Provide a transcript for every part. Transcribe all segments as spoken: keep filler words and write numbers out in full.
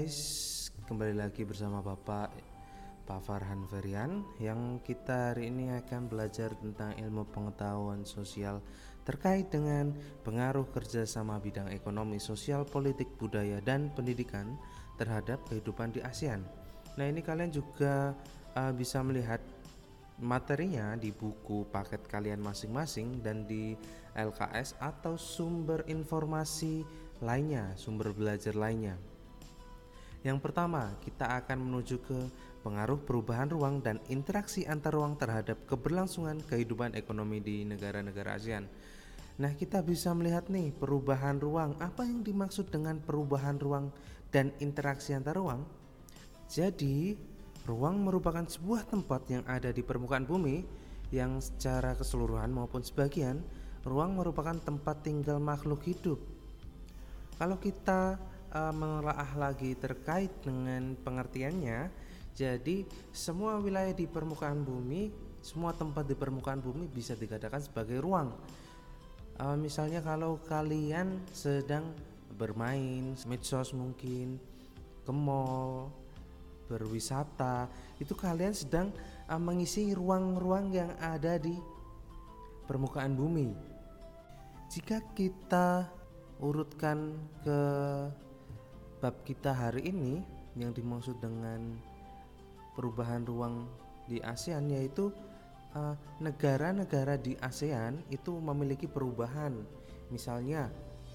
guys, kembali lagi bersama Bapak Pak Farhan Ferian, yang kita hari ini akan belajar tentang ilmu pengetahuan sosial terkait dengan pengaruh kerjasama bidang ekonomi, sosial, politik, budaya, dan pendidikan terhadap kehidupan di ASEAN. Nah, ini kalian juga uh, bisa melihat materinya di buku paket kalian masing-masing dan di L K S atau sumber informasi lainnya, sumber belajar lainnya. Yang pertama, kita akan menuju ke pengaruh perubahan ruang dan interaksi antar ruang terhadap keberlangsungan kehidupan ekonomi di negara-negara ASEAN. Nah, kita bisa melihat nih perubahan ruang. Apa yang dimaksud dengan perubahan ruang dan interaksi antar ruang? Jadi, ruang merupakan sebuah tempat yang ada di permukaan bumi yang secara keseluruhan maupun sebagian, ruang merupakan tempat tinggal makhluk hidup. Kalau kita uh, menelaah lagi terkait dengan pengertiannya, jadi semua wilayah di permukaan bumi, semua tempat di permukaan bumi bisa dikatakan sebagai ruang. Uh, misalnya kalau kalian sedang bermain medsos, mungkin ke mall, berwisata, itu kalian sedang uh, mengisi ruang-ruang yang ada di permukaan bumi. Jika kita urutkan ke bab kita hari ini, yang dimaksud dengan perubahan ruang di ASEAN, yaitu uh, negara-negara di ASEAN itu memiliki perubahan. Misalnya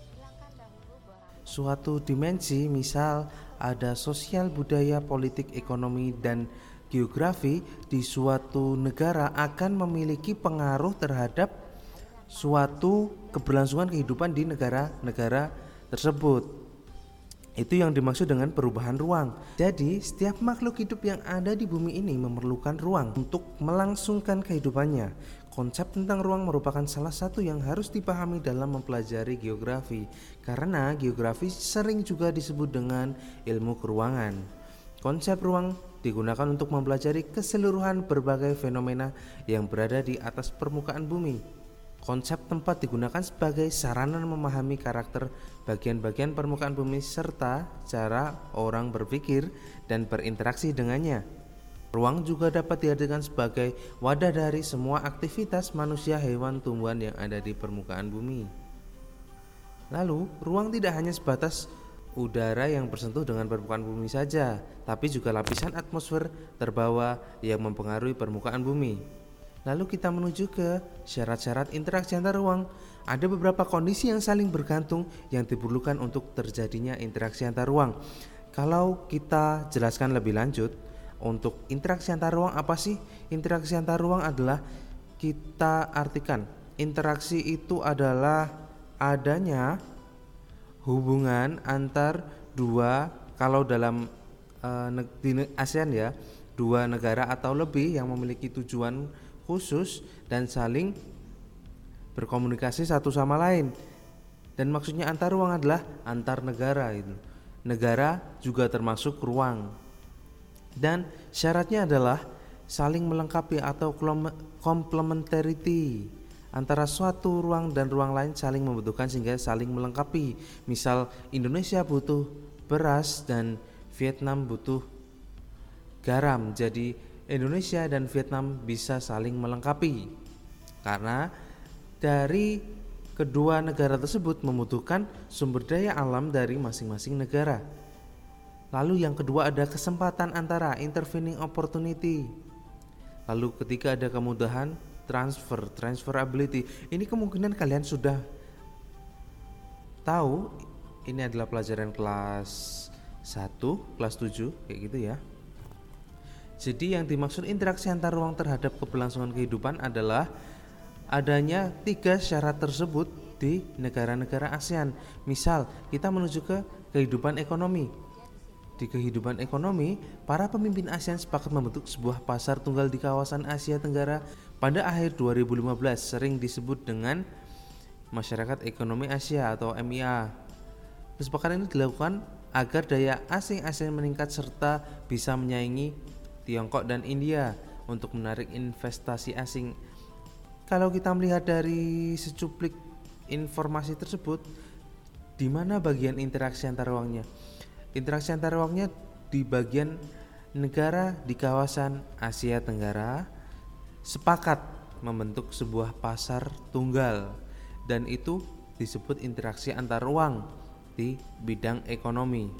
suatu dimensi, misal ada sosial, budaya, politik, ekonomi, dan geografi di suatu negara akan memiliki pengaruh terhadap suatu keberlangsungan kehidupan di negara-negara tersebut. Itu yang dimaksud dengan perubahan ruang. Jadi, setiap makhluk hidup yang ada di bumi ini memerlukan ruang untuk melangsungkan kehidupannya. Konsep tentang ruang merupakan salah satu yang harus dipahami dalam mempelajari geografi, karena geografi sering juga disebut dengan ilmu keruangan. Konsep ruang digunakan untuk mempelajari keseluruhan berbagai fenomena yang berada di atas permukaan bumi. Konsep tempat digunakan sebagai sarana memahami karakter bagian-bagian permukaan bumi serta cara orang berpikir dan berinteraksi dengannya. Ruang juga dapat diartikan sebagai wadah dari semua aktivitas manusia, hewan, tumbuhan yang ada di permukaan bumi. Lalu, ruang tidak hanya sebatas udara yang bersentuh dengan permukaan bumi saja, tapi juga lapisan atmosfer terbawah yang mempengaruhi permukaan bumi. Lalu kita menuju ke syarat-syarat interaksi antar ruang. Ada beberapa kondisi yang saling bergantung yang diperlukan untuk terjadinya interaksi antar ruang. Kalau kita jelaskan lebih lanjut, untuk interaksi antar ruang apa sih? Interaksi antar ruang adalah, kita artikan, interaksi itu adalah adanya hubungan antar dua, kalau dalam uh, di ASEAN ya, dua negara atau lebih yang memiliki tujuan khusus dan saling berkomunikasi satu sama lain. Dan maksudnya antar ruang adalah antar negara itu. Negara juga termasuk ruang. Dan syaratnya adalah saling melengkapi atau complementarity. Antara suatu ruang dan ruang lain saling membutuhkan sehingga saling melengkapi. Misal Indonesia butuh beras dan Vietnam butuh garam. Jadi Indonesia dan Vietnam bisa saling melengkapi karena dari kedua negara tersebut membutuhkan sumber daya alam dari masing-masing negara. Lalu yang kedua ada kesempatan antara, intervening opportunity. Lalu ketiga ada kemudahan, transfer, transferability. Ini kemungkinan kalian sudah tahu, ini adalah pelajaran kelas satu, kelas tujuh kayak gitu ya. Jadi yang dimaksud interaksi antar ruang terhadap keberlangsungan kehidupan adalah adanya tiga syarat tersebut di negara-negara ASEAN. Misal, kita menuju ke kehidupan ekonomi. Di kehidupan ekonomi, para pemimpin ASEAN sepakat membentuk sebuah pasar tunggal di kawasan Asia Tenggara pada akhir dua ribu lima belas, sering disebut dengan Masyarakat Ekonomi Asia atau M I A. Kesepakatan ini dilakukan agar daya asing ASEAN meningkat serta bisa menyaingi Tiongkok dan India untuk menarik investasi asing. Kalau kita melihat dari secuplik informasi tersebut, di mana bagian interaksi antar ruangnya? Interaksi antar ruangnya di bagian negara di kawasan Asia Tenggara sepakat membentuk sebuah pasar tunggal, dan itu disebut interaksi antar ruang di bidang ekonomi.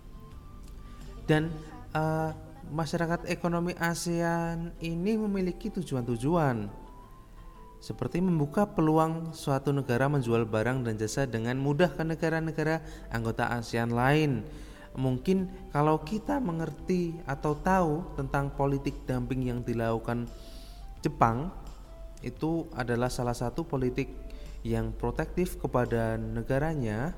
Dan uh, masyarakat ekonomi ASEAN ini memiliki tujuan-tujuan seperti membuka peluang suatu negara menjual barang dan jasa dengan mudah ke negara-negara anggota ASEAN lain. Mungkin kalau kita mengerti atau tahu tentang politik dumping yang dilakukan Jepang, itu adalah salah satu politik yang protektif kepada negaranya,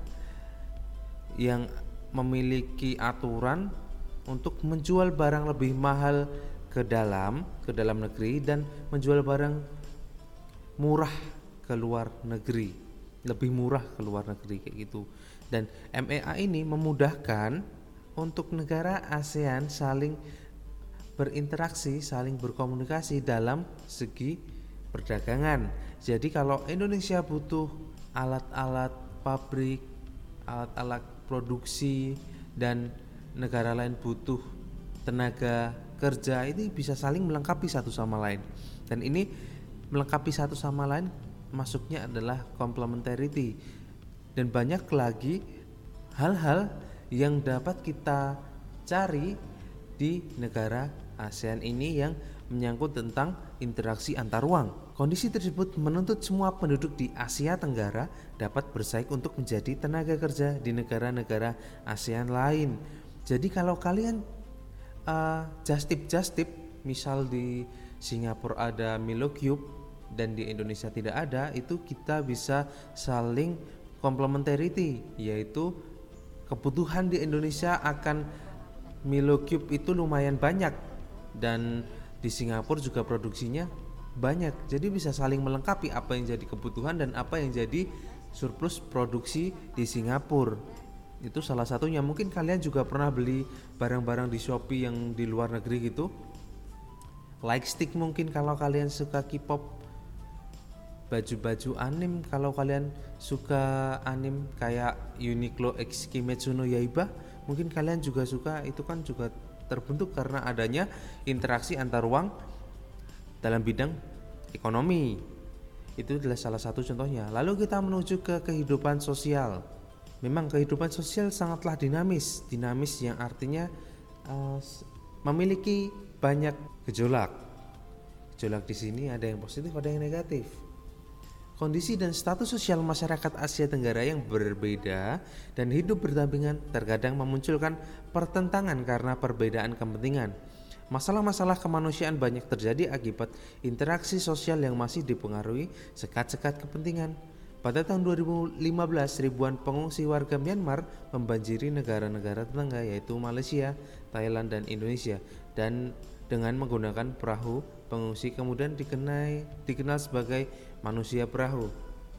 yang memiliki aturan untuk menjual barang lebih mahal ke dalam ke dalam negeri dan menjual barang murah ke luar negeri, lebih murah ke luar negeri kayak gitu. Dan M E A ini memudahkan untuk negara ASEAN saling berinteraksi, saling berkomunikasi dalam segi perdagangan. Jadi kalau Indonesia butuh alat-alat pabrik, alat-alat produksi, dan negara lain butuh tenaga kerja, ini bisa saling melengkapi satu sama lain. Dan ini melengkapi satu sama lain masuknya adalah complementarity. Dan banyak lagi hal-hal yang dapat kita cari di negara ASEAN ini yang menyangkut tentang interaksi antar ruang. Kondisi tersebut menuntut semua penduduk di Asia Tenggara dapat bersaing untuk menjadi tenaga kerja di negara-negara ASEAN lain. Jadi kalau kalian uh, just tip just tip, misal di Singapura ada Milo Cube dan di Indonesia tidak ada, itu kita bisa saling complementarity, yaitu kebutuhan di Indonesia akan Milo Cube itu lumayan banyak dan di Singapura juga produksinya banyak. Jadi bisa saling melengkapi apa yang jadi kebutuhan dan apa yang jadi surplus produksi di Singapura. Itu salah satunya. Mungkin kalian juga pernah beli barang-barang di Shopee yang di luar negeri gitu. Like stick mungkin kalau kalian suka K-pop, baju-baju anim kalau kalian suka anim kayak Uniqlo X Kimetsu no Yaiba, mungkin kalian juga suka. Itu kan juga terbentuk karena adanya interaksi antar ruang dalam bidang ekonomi. Itu adalah salah satu contohnya. Lalu kita menuju ke kehidupan sosial. Memang kehidupan sosial sangatlah dinamis, dinamis yang artinya uh, memiliki banyak gejolak. Gejolak di sini ada yang positif, ada yang negatif. Kondisi dan status sosial masyarakat Asia Tenggara yang berbeda dan hidup berdampingan terkadang memunculkan pertentangan karena perbedaan kepentingan. Masalah-masalah kemanusiaan banyak terjadi akibat interaksi sosial yang masih dipengaruhi sekat-sekat kepentingan. Pada tahun dua ribu lima belas, ribuan pengungsi warga Myanmar membanjiri negara-negara tetangga yaitu Malaysia, Thailand, dan Indonesia, dan dengan menggunakan perahu pengungsi kemudian dikenai, dikenal sebagai manusia perahu.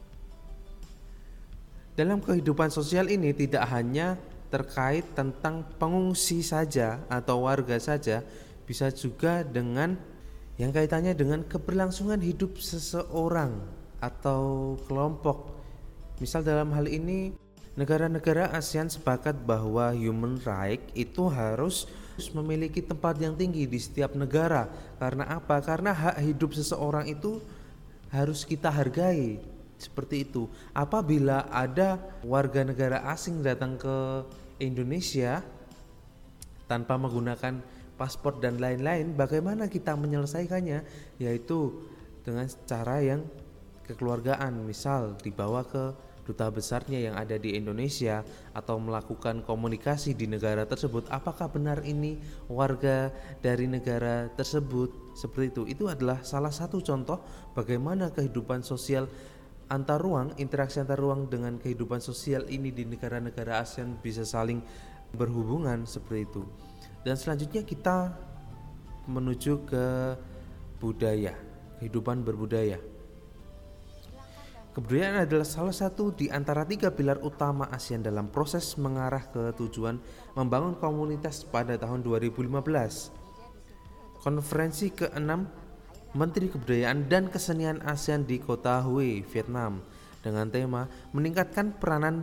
Dalam kehidupan sosial ini tidak hanya terkait tentang pengungsi saja atau warga saja, bisa juga dengan yang kaitannya dengan keberlangsungan hidup seseorang atau kelompok. Misal dalam hal ini negara-negara ASEAN sepakat bahwa human right itu harus memiliki tempat yang tinggi di setiap negara. Karena apa? Karena hak hidup seseorang itu harus kita hargai. Seperti itu. Apabila ada warga negara asing datang ke Indonesia tanpa menggunakan paspor dan lain-lain, bagaimana kita menyelesaikannya? Yaitu dengan cara yang kekeluargaan, misal dibawa ke duta besarnya yang ada di Indonesia atau melakukan komunikasi di negara tersebut, apakah benar ini warga dari negara tersebut, seperti itu. Itu adalah salah satu contoh bagaimana kehidupan sosial antar ruang, interaksi antar ruang dengan kehidupan sosial ini di negara-negara ASEAN bisa saling berhubungan seperti itu. Dan selanjutnya kita menuju ke budaya, kehidupan berbudaya. Kebudayaan adalah salah satu di antara tiga pilar utama ASEAN dalam proses mengarah ke tujuan membangun komunitas pada tahun dua ribu lima belas. Konferensi keenam Menteri Kebudayaan dan Kesenian ASEAN di kota Hue, Vietnam, dengan tema meningkatkan peranan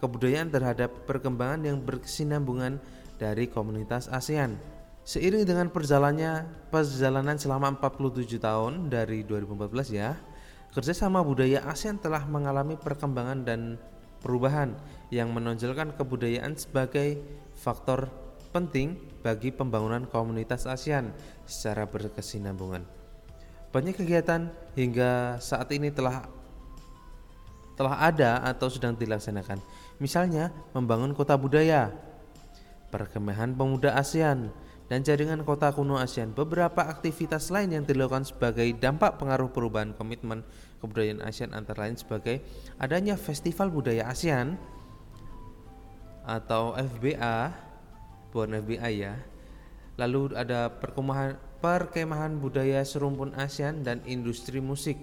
kebudayaan terhadap perkembangan yang berkesinambungan dari komunitas ASEAN. Seiring dengan perjalanannya perjalanan selama empat puluh tujuh tahun dari dua ribu empat belas ya, kerjasama budaya ASEAN telah mengalami perkembangan dan perubahan yang menonjolkan kebudayaan sebagai faktor penting bagi pembangunan komunitas ASEAN secara berkesinambungan. Banyak kegiatan hingga saat ini telah telah ada atau sedang dilaksanakan. Misalnya membangun kota budaya, perkemahan pemuda ASEAN, dan jaringan kota kuno ASEAN. Beberapa aktivitas lain yang dilakukan sebagai dampak pengaruh perubahan komitmen kebudayaan ASEAN antara lain sebagai adanya Festival Budaya ASEAN atau F B A, bukan F B I ya. Lalu ada perkemahan perkemahan budaya serumpun ASEAN dan industri musik.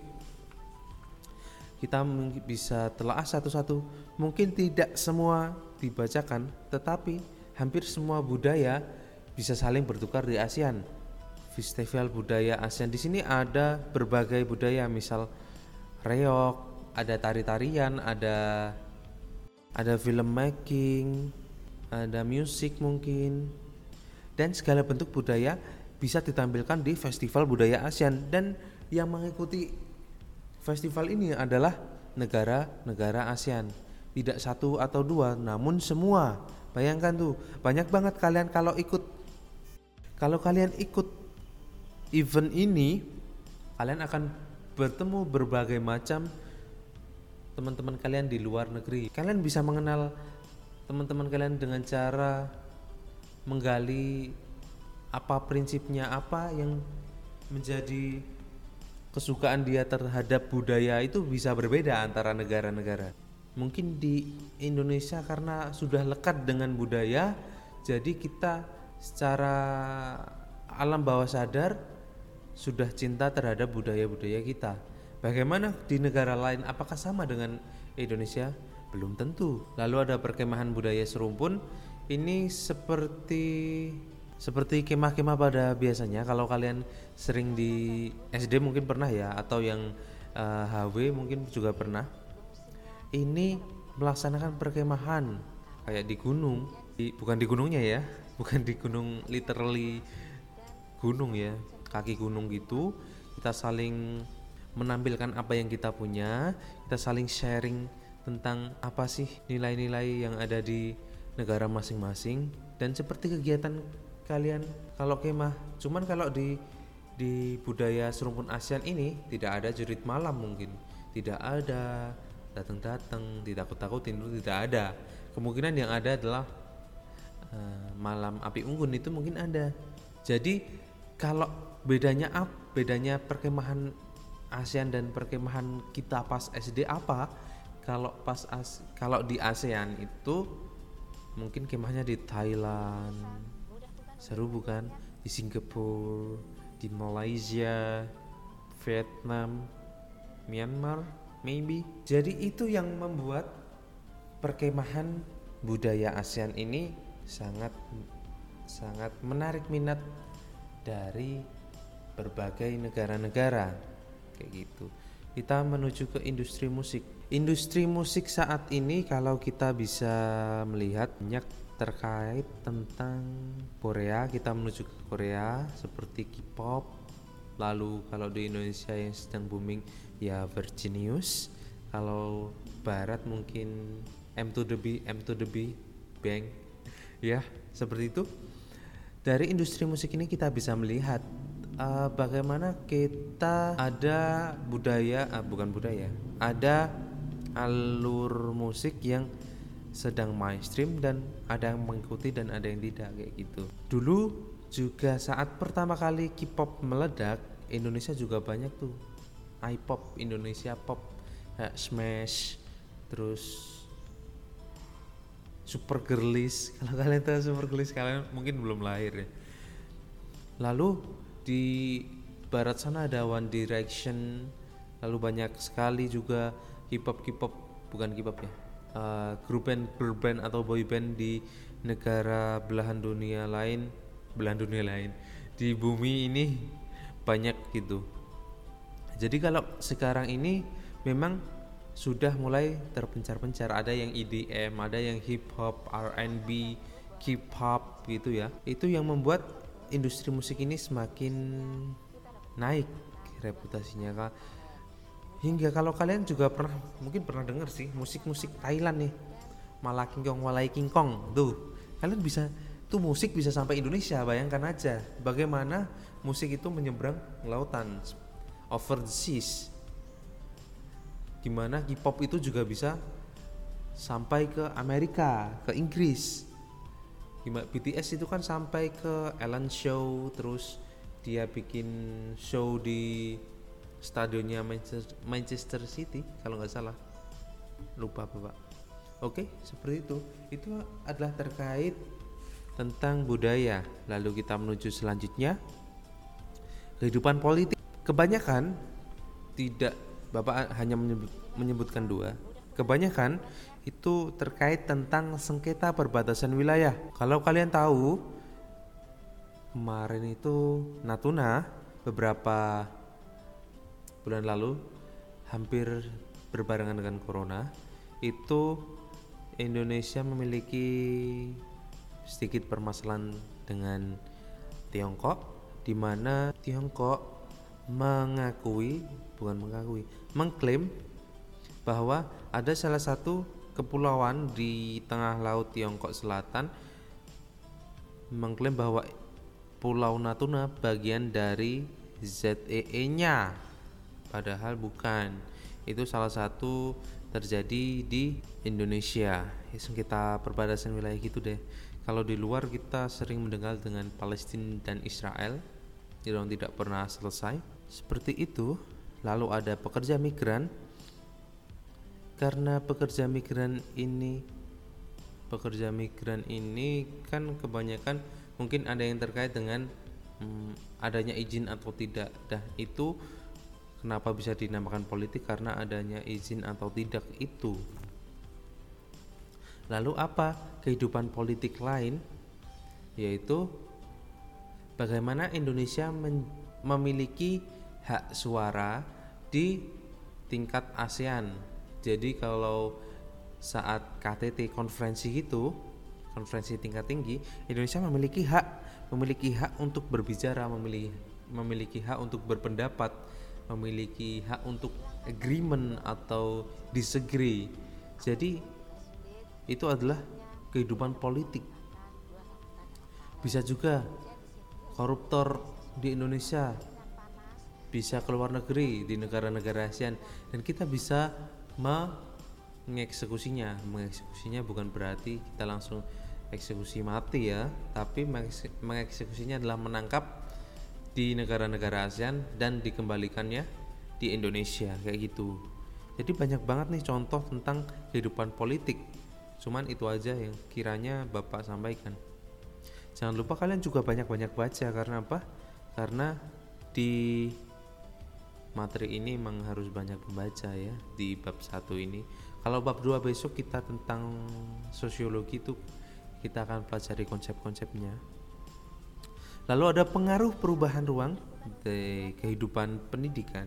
Kita bisa telaah satu-satu. Mungkin tidak semua dibacakan, tetapi hampir semua budaya bisa saling bertukar di ASEAN. Festival budaya ASEAN di sini ada berbagai budaya, misal reok, ada tari-tarian, ada ada film making, ada musik mungkin, dan segala bentuk budaya bisa ditampilkan di Festival Budaya ASEAN. Dan yang mengikuti festival ini adalah negara-negara ASEAN, tidak satu atau dua, namun semua. Bayangkan tuh, banyak banget kalian kalau ikut Kalau kalian ikut event ini, kalian akan bertemu berbagai macam teman-teman kalian di luar negeri. Kalian bisa mengenal teman-teman kalian dengan cara menggali apa prinsipnya, apa yang menjadi kesukaan dia terhadap budaya itu bisa berbeda antara negara-negara. Mungkin di Indonesia karena sudah lekat dengan budaya, jadi kita secara alam bawah sadar sudah cinta terhadap budaya-budaya kita. Bagaimana di negara lain, apakah sama dengan Indonesia? Belum tentu. Lalu ada perkemahan budaya serumpun. Ini seperti seperti kemah-kemah pada biasanya. Kalau kalian sering di S D mungkin pernah ya, atau yang uh, H W mungkin juga pernah. Ini melaksanakan perkemahan kayak di gunung, di, bukan di gunungnya ya, bukan di gunung literally gunung ya, kaki gunung gitu. Kita saling menampilkan apa yang kita punya, kita saling sharing tentang apa sih nilai-nilai yang ada di negara masing-masing. Dan seperti kegiatan kalian kalau kemah, cuman kalau di di budaya serumpun ASEAN ini tidak ada jurit malam, mungkin tidak ada datang-datang ditakut-takutin, itu tidak ada. Kemungkinan yang ada adalah uh, malam api unggun, itu mungkin ada. Jadi kalau bedanya apa? Bedanya perkemahan ASEAN dan perkemahan kita pas S D apa? Kalau pas as, kalau di ASEAN itu mungkin kemahnya di Thailand, seru bukan? Di Singapura, di Malaysia, Vietnam, Myanmar, maybe. Jadi itu yang membuat perkemahan budaya ASEAN ini sangat sangat menarik minat dari berbagai negara-negara kayak gitu. Kita menuju ke industri musik. Industri musik saat ini kalau kita bisa melihat banyak terkait tentang Korea. Kita menuju ke Korea seperti K-pop. Lalu kalau di Indonesia yang sedang booming ya Virginius. Kalau barat mungkin M to the B, M to the B, Bang. Ya, seperti itu. Dari industri musik ini kita bisa melihat uh, bagaimana kita ada budaya, uh, bukan budaya, ada alur musik yang sedang mainstream dan ada yang mengikuti dan ada yang tidak kayak gitu. Dulu juga saat pertama kali K-pop meledak, Indonesia juga banyak tuh I-pop, Indonesia pop, kayak Smash, terus Super Girlies. Kalau kalian tahu Super Girlies, kalian mungkin belum lahir ya. Lalu di barat sana ada One Direction. Lalu banyak sekali juga K-pop K-pop bukan K-pop ya, uh, grup band girl band atau boy band di negara belahan dunia lain, belahan dunia lain di bumi ini banyak gitu. Jadi kalau sekarang ini memang sudah mulai terpencar-pencar. Ada yang E D M, ada yang hip hop, R and B, K-pop gitu ya. Itu yang membuat industri musik ini semakin naik reputasinya, Kak. Hingga kalau kalian juga pernah mungkin pernah dengar sih musik-musik Thailand nih, Malai King Kong, Malai King Kong tuh. Kalian bisa tuh musik bisa sampai Indonesia, bayangkan aja bagaimana musik itu menyeberang lautan, over the seas. Gimana K-pop itu juga bisa sampai ke Amerika, ke Inggris. Gimana B T S itu kan sampai ke Ellen Show, terus dia bikin show di stadionnya Manchester, Manchester City kalau nggak salah, lupa Bapak. Oke, seperti itu. Itu adalah terkait tentang budaya. Lalu kita menuju selanjutnya, kehidupan politik. Kebanyakan tidak, Bapak hanya menyebut, menyebutkan dua. Kebanyakan itu terkait tentang sengketa perbatasan wilayah. Kalau kalian tahu, kemarin itu Natuna beberapa bulan lalu, hampir berbarengan dengan corona, itu Indonesia memiliki sedikit permasalahan dengan Tiongkok, di mana Tiongkok mengakui, bukan mengakui, mengklaim bahwa ada salah satu kepulauan di tengah laut Tiongkok Selatan, mengklaim bahwa Pulau Natuna bagian dari Z E E-nya, padahal bukan. Itu salah satu terjadi di Indonesia. Ya, sengketa perbatasan wilayah gitu deh. Kalau di luar kita sering mendengar dengan Palestina dan Israel, yang tidak pernah selesai. Seperti itu. Lalu ada pekerja migran. Karena pekerja migran ini pekerja migran ini kan kebanyakan mungkin ada yang terkait dengan hmm, adanya izin atau tidak. Dah itu kenapa bisa dinamakan politik, karena adanya izin atau tidak itu. Lalu apa kehidupan politik lain? Yaitu bagaimana Indonesia men- memiliki hak suara di tingkat ASEAN. Jadi kalau saat K T T konferensi gitu, konferensi tingkat tinggi, Indonesia memiliki hak, memiliki hak untuk berbicara, memiliki memiliki hak untuk berpendapat, memiliki hak untuk agreement atau disagree. Jadi itu adalah kehidupan politik. Bisa juga koruptor di Indonesia bisa keluar negeri di negara-negara ASEAN, dan kita bisa mengeksekusinya. Mengeksekusinya bukan berarti kita langsung eksekusi mati ya, tapi mengeksekusinya adalah menangkap di negara-negara ASEAN dan dikembalikannya di Indonesia, kayak gitu. Jadi banyak banget nih contoh tentang kehidupan politik. Cuman itu aja yang kiranya Bapak sampaikan. Jangan lupa kalian juga banyak-banyak baca, karena apa? Karena di materi ini memang harus banyak membaca ya di bab satu ini. Kalau bab dua besok kita tentang sosiologi, itu kita akan pelajari konsep-konsepnya. Lalu ada pengaruh perubahan ruang di kehidupan pendidikan.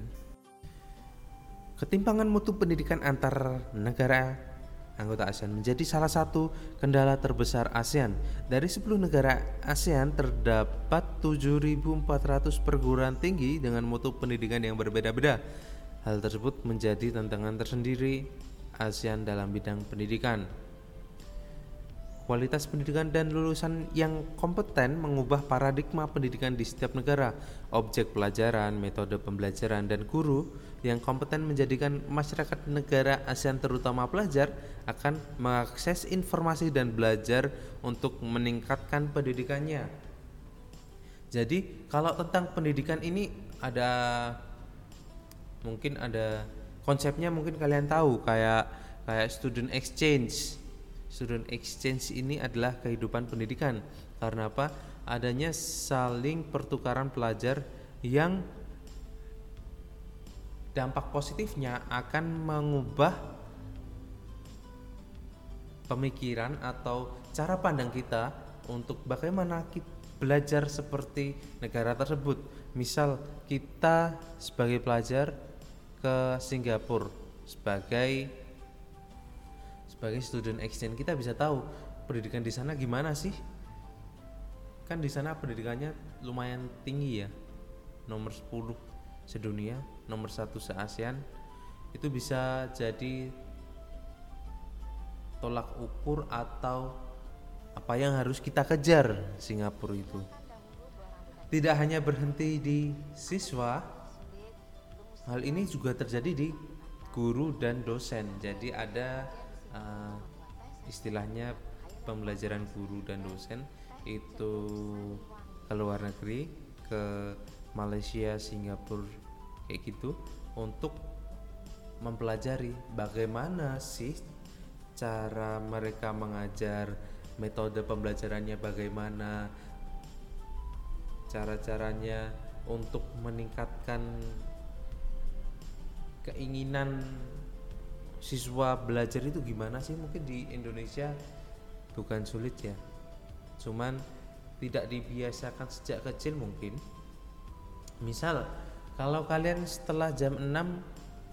Ketimpangan mutu pendidikan antar negara anggota ASEAN menjadi salah satu kendala terbesar ASEAN. Dari sepuluh negara ASEAN terdapat tujuh ribu empat ratus perguruan tinggi dengan mutu pendidikan yang berbeda-beda. Hal tersebut menjadi tantangan tersendiri ASEAN dalam bidang pendidikan. Kualitas pendidikan dan lulusan yang kompeten mengubah paradigma pendidikan di setiap negara. Objek pelajaran, metode pembelajaran, dan guru yang kompeten menjadikan masyarakat negara ASEAN, terutama pelajar, akan mengakses informasi dan belajar untuk meningkatkan pendidikannya. Jadi kalau tentang pendidikan ini ada mungkin ada konsepnya, mungkin kalian tahu, kayak kayak student exchange. Student exchange ini adalah kehidupan pendidikan. Karena apa? Adanya saling pertukaran pelajar yang dampak positifnya akan mengubah pemikiran atau cara pandang kita untuk bagaimana kita belajar seperti negara tersebut. Misal kita sebagai pelajar ke Singapura sebagai sebagai student exchange kita bisa tahu pendidikan di sana gimana sih. Kan di sana pendidikannya lumayan tinggi ya, nomor sepuluh sedunia, nomor satu se ASEAN. Itu bisa jadi tolak ukur atau apa yang harus kita kejar Singapura itu. Tidak hanya berhenti di siswa, hal ini juga terjadi di guru dan dosen. Jadi ada uh, istilahnya pembelajaran guru dan dosen itu ke luar negeri, ke Malaysia, Singapura kayak gitu, untuk mempelajari bagaimana sih cara mereka mengajar, metode pembelajarannya bagaimana, cara-caranya untuk meningkatkan keinginan siswa belajar itu gimana sih. Mungkin di Indonesia bukan sulit ya, cuman tidak dibiasakan sejak kecil mungkin. Misal kalau kalian setelah jam enam,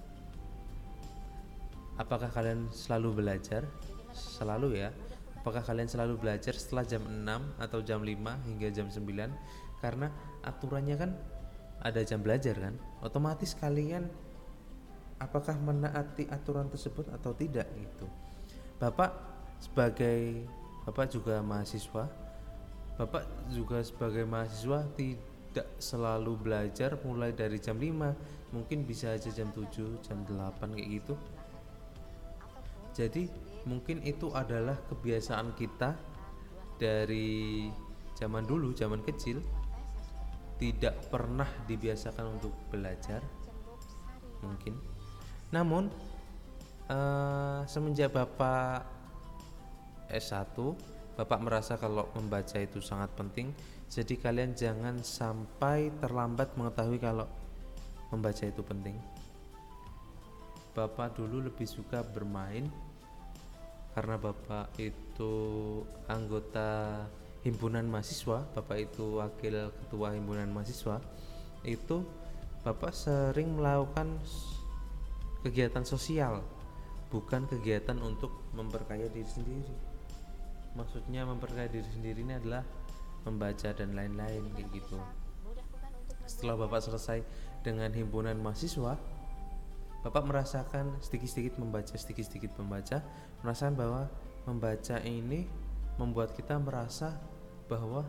apakah kalian selalu belajar? Selalu ya. Apakah kalian selalu belajar setelah jam enam atau jam lima hingga jam sembilan? Karena aturannya kan ada jam belajar kan, otomatis kalian apakah menaati aturan tersebut atau tidak gitu. Bapak sebagai Bapak juga mahasiswa, Bapak juga sebagai mahasiswa tidak selalu belajar mulai dari jam lima, mungkin bisa aja jam tujuh, jam delapan kayak gitu. Jadi mungkin itu adalah kebiasaan kita dari zaman dulu, zaman kecil, tidak pernah dibiasakan untuk belajar mungkin. Namun uh, semenjak Bapak S satu, Bapak merasa kalau membaca itu sangat penting. Jadi kalian jangan sampai terlambat mengetahui kalau membaca itu penting. Bapak dulu lebih suka bermain karena Bapak itu anggota himpunan mahasiswa, Bapak itu wakil ketua himpunan mahasiswa. Itu Bapak sering melakukan kegiatan sosial, bukan kegiatan untuk memperkaya diri sendiri. Maksudnya memperkaya diri sendiri ini adalah membaca dan lain-lain kayak gitu. Setelah Bapak selesai dengan himpunan mahasiswa, Bapak merasakan sedikit-sedikit membaca, sedikit-sedikit membaca, merasakan bahwa membaca ini membuat kita merasa bahwa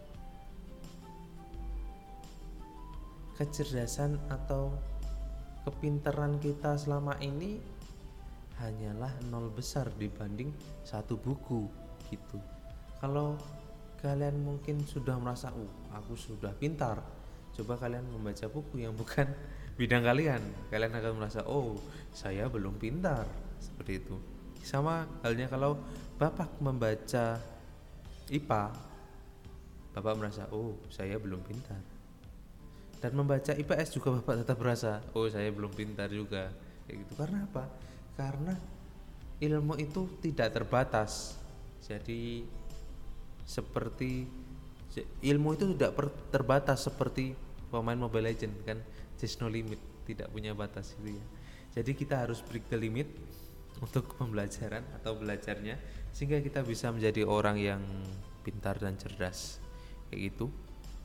kecerdasan atau kepintaran kita selama ini hanyalah nol besar dibanding satu buku gitu. Kalau kalian mungkin sudah merasa, oh aku sudah pintar, coba kalian membaca buku yang bukan bidang kalian, kalian akan merasa, oh saya belum pintar, seperti itu. Sama halnya kalau Bapak membaca I P A, Bapak merasa, oh saya belum pintar. Dan membaca I P S juga Bapak tetap merasa, oh saya belum pintar juga kayak gitu. Karena apa? Karena ilmu itu tidak terbatas. Jadi seperti ilmu itu tidak per, terbatas seperti pemain Mobile Legends kan, there's no limit, tidak punya batas itu ya. Jadi kita harus break the limit untuk pembelajaran atau belajarnya, sehingga kita bisa menjadi orang yang pintar dan cerdas kayak gitu.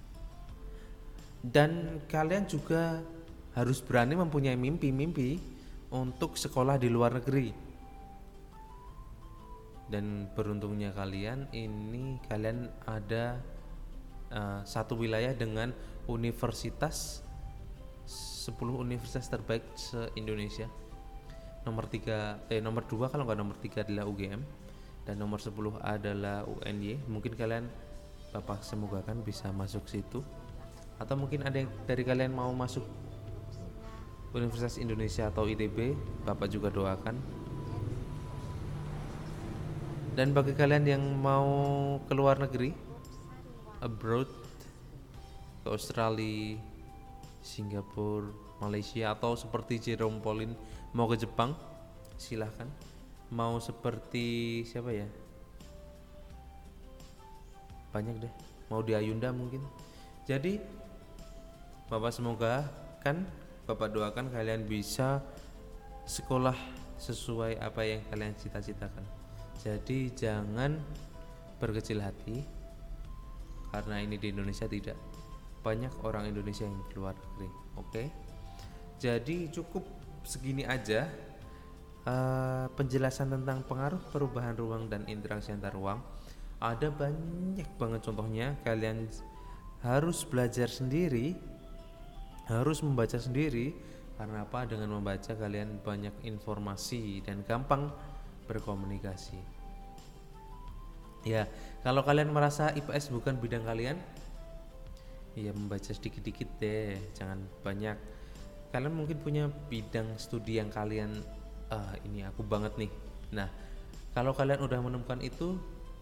Dan kalian juga harus berani mempunyai mimpi-mimpi untuk sekolah di luar negeri. Dan beruntungnya kalian ini, kalian ada uh, satu wilayah dengan universitas, sepuluh universitas terbaik se-Indonesia. Nomor tiga, eh nomor dua kalau nggak nomor tiga adalah U G M, dan nomor sepuluh adalah U N Y. Mungkin kalian, Bapak semoga kan bisa masuk situ, atau mungkin ada yang dari kalian mau masuk Universitas Indonesia atau I T B, Bapak juga doakan. Dan bagi kalian yang mau ke luar negeri, abroad, ke Australia, Singapura, Malaysia, atau seperti Jerome Pauline mau ke Jepang, silahkan. Mau seperti siapa ya, banyak deh, mau di Ayunda mungkin. Jadi Bapak semoga kan, Bapak doakan kalian bisa sekolah sesuai apa yang kalian cita-citakan. Jadi jangan berkecil hati, karena ini di Indonesia tidak banyak orang Indonesia yang di luar negeri. Oke, jadi cukup segini aja uh, penjelasan tentang pengaruh perubahan ruang dan interaksi antar ruang. Ada banyak banget contohnya, kalian harus belajar sendiri, harus membaca sendiri. Karena apa? Dengan membaca kalian banyak informasi dan gampang berkomunikasi. Ya, kalau kalian merasa I P S bukan bidang kalian, ya membaca sedikit-dikit deh, jangan banyak. Kalian mungkin punya bidang studi yang kalian ah ini aku banget nih. Nah, kalau kalian udah menemukan itu,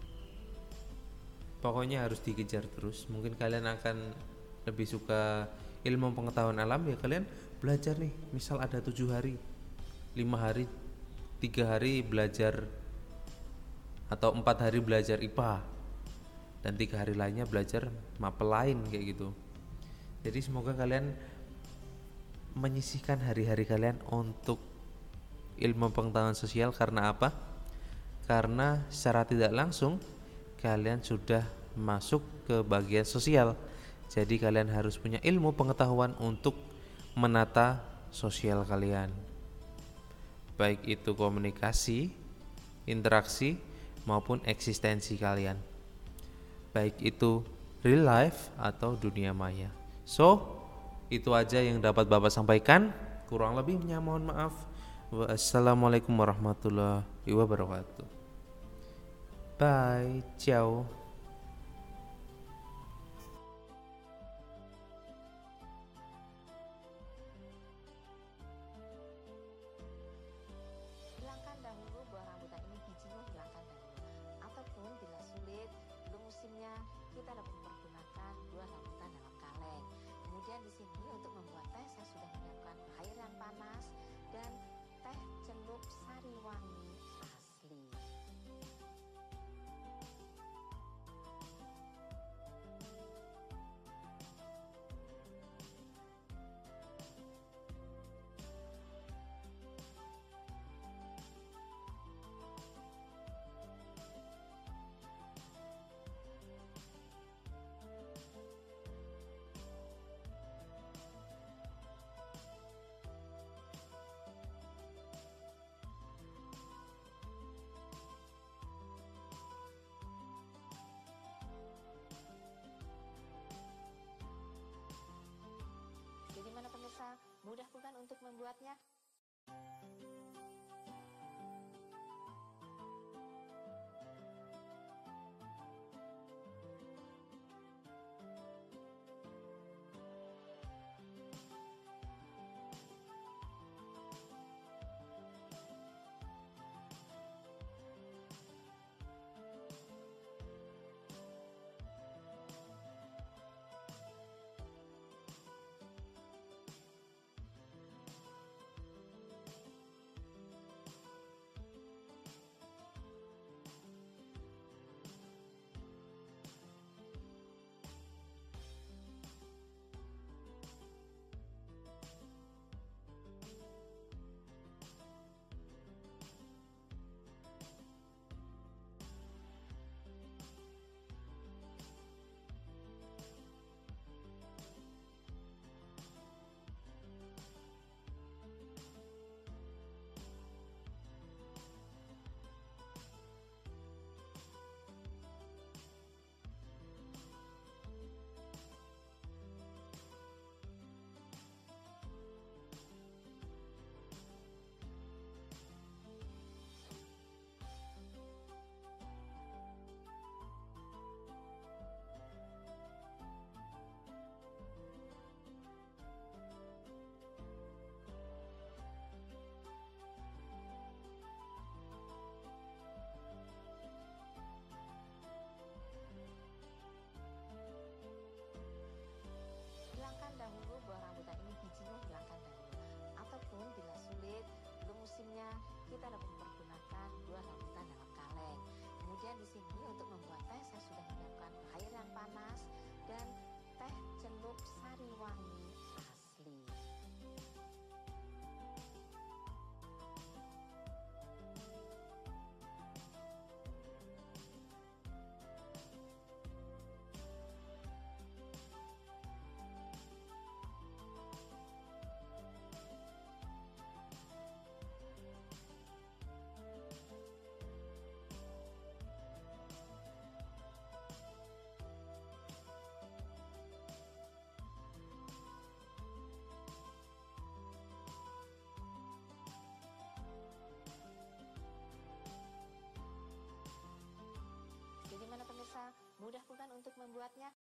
pokoknya harus dikejar terus. Mungkin kalian akan lebih suka ilmu pengetahuan alam, ya kalian belajar nih. Misal ada tujuh hari, lima hari, tiga hari belajar, atau empat hari belajar I P A, dan tiga hari lainnya belajar mapel lain kayak gitu. Jadi semoga kalian menyisihkan hari-hari kalian untuk ilmu pengetahuan sosial. Karena apa? Karena secara tidak langsung kalian sudah masuk ke bagian sosial. Jadi kalian harus punya ilmu pengetahuan untuk menata sosial kalian, baik itu komunikasi, interaksi, maupun eksistensi kalian, baik itu real life atau dunia maya. So, itu aja yang dapat Bapak sampaikan. Kurang lebihnya mohon maaf. Wassalamualaikum warahmatullahi wabarakatuh. Bye, ciao. Hilangkan dahulu buah rambutan ini, bijinya hilangkan dahulu. Ataupun bila sulit, belum musimnya, kita dapat mempergunakan buah rambutan dalam kaleng. Kemudian di sini untuk membuat teh, saya sudah menyiapkan air yang panas dan teh celup sari wangi asli. Jadi mana pemirsa, mudah bukan untuk membuatnya? untuk membuatnya?